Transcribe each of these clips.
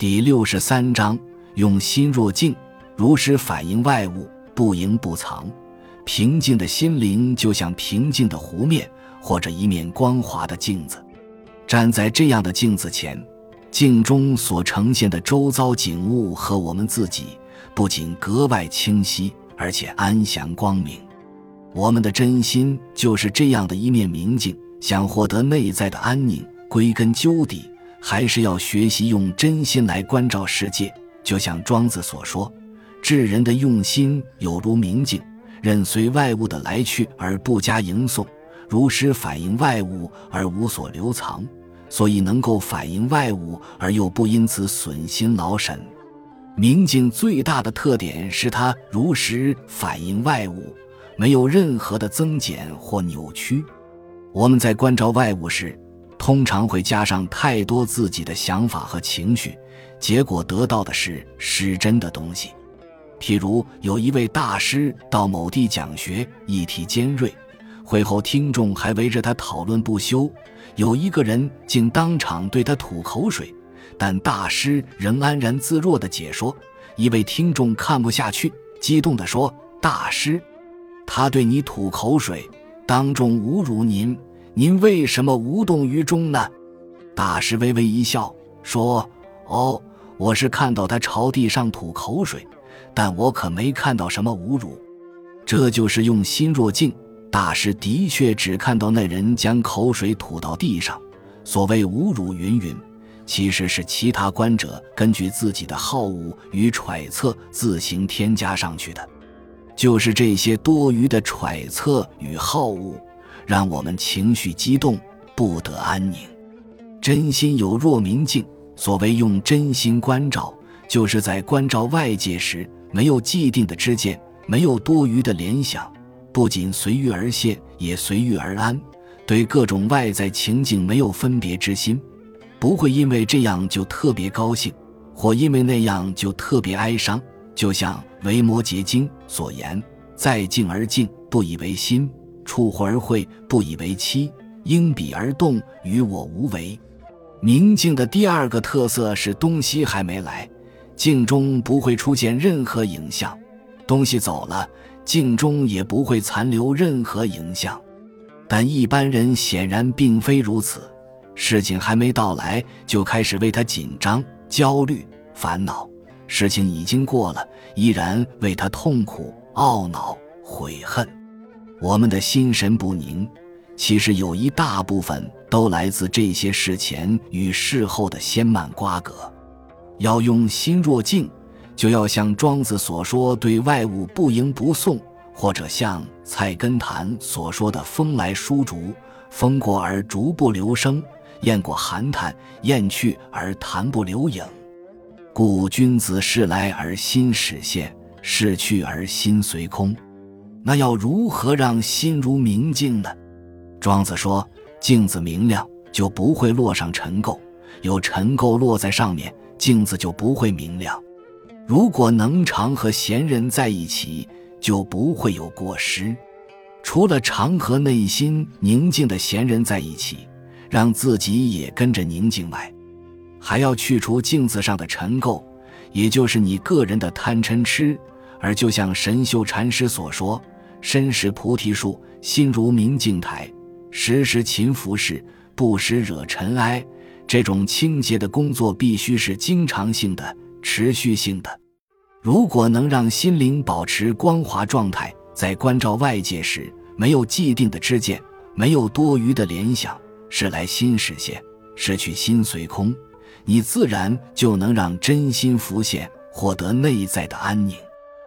第63章，用心若镜，如实反映外物，不营不藏。平静的心灵就像平静的湖面，或者一面光滑的镜子。站在这样的镜子前，镜中所呈现的周遭景物和我们自己，不仅格外清晰，而且安详光明。我们的真心就是这样的一面明镜，想获得内在的安宁，归根究底，还是要学习用真心来关照世界。就像庄子所说，治人的用心有如明镜，任随外物的来去而不加迎送，如实反映外物而无所留藏，所以能够反映外物而又不因此损心劳神。明镜最大的特点是它如实反映外物，没有任何的增减或扭曲。我们在关照外物时，通常会加上太多自己的想法和情绪，结果得到的是失真的东西。譬如有一位大师到某地讲学，议题尖锐，会后听众还围着他讨论不休，有一个人竟当场对他吐口水，但大师仍安然自若地解说。一位听众看不下去，激动地说：大师，他对你吐口水，当众侮辱您，您为什么无动于衷呢？大师微微一笑说：我是看到他朝地上吐口水，但我可没看到什么侮辱。这就是用心若镜，大师的确只看到那人将口水吐到地上，所谓侮辱云云，其实是其他观者根据自己的好恶与揣测自行添加上去的。就是这些多余的揣测与好恶，让我们情绪激动，不得安宁。真心有若明镜，所谓用真心关照，就是在关照外界时，没有既定的知见，没有多余的联想，不仅随遇而现，也随遇而安，对各种外在情境没有分别之心，不会因为这样就特别高兴，或因为那样就特别哀伤。就像维摩诘经所言，在静而静，不以为心；触或而会，不以为期；应彼而动，与我无为。明镜的第二个特色是东西还没来，镜中不会出现任何影像，东西走了，镜中也不会残留任何影像。但一般人显然并非如此，事情还没到来就开始为他紧张、焦虑、烦恼，事情已经过了，依然为他痛苦、懊恼、悔恨。我们的心神不宁，其实有一大部分都来自这些事前与事后的先慢瓜葛。要用心若镜，就要像庄子所说对外物不迎不送，或者像菜根谭所说的风来疏竹，风过而竹不留声，雁过寒潭，雁去而潭不留影。故君子事来而心始现，事去而心随空。那要如何让心如明镜呢？庄子说，镜子明亮，就不会落上尘垢，有尘垢落在上面，镜子就不会明亮。如果能常和贤人在一起，就不会有过失。除了常和内心宁静的贤人在一起，让自己也跟着宁静外，还要去除镜子上的尘垢，也就是你个人的贪嗔痴。而就像神秀禅师所说，身是菩提树，心如明镜台，时时勤拂拭，不时惹尘埃。这种清洁的工作必须是经常性的、持续性的。如果能让心灵保持光滑状态，在关照外界时，没有既定的知见，没有多余的联想，事来心始现，事去心随空，你自然就能让真心浮现，获得内在的安宁。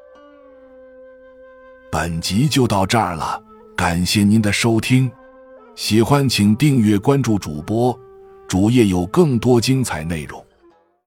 本集就到这儿了，感谢您的收听，喜欢请订阅关注主播，主页有更多精彩内容。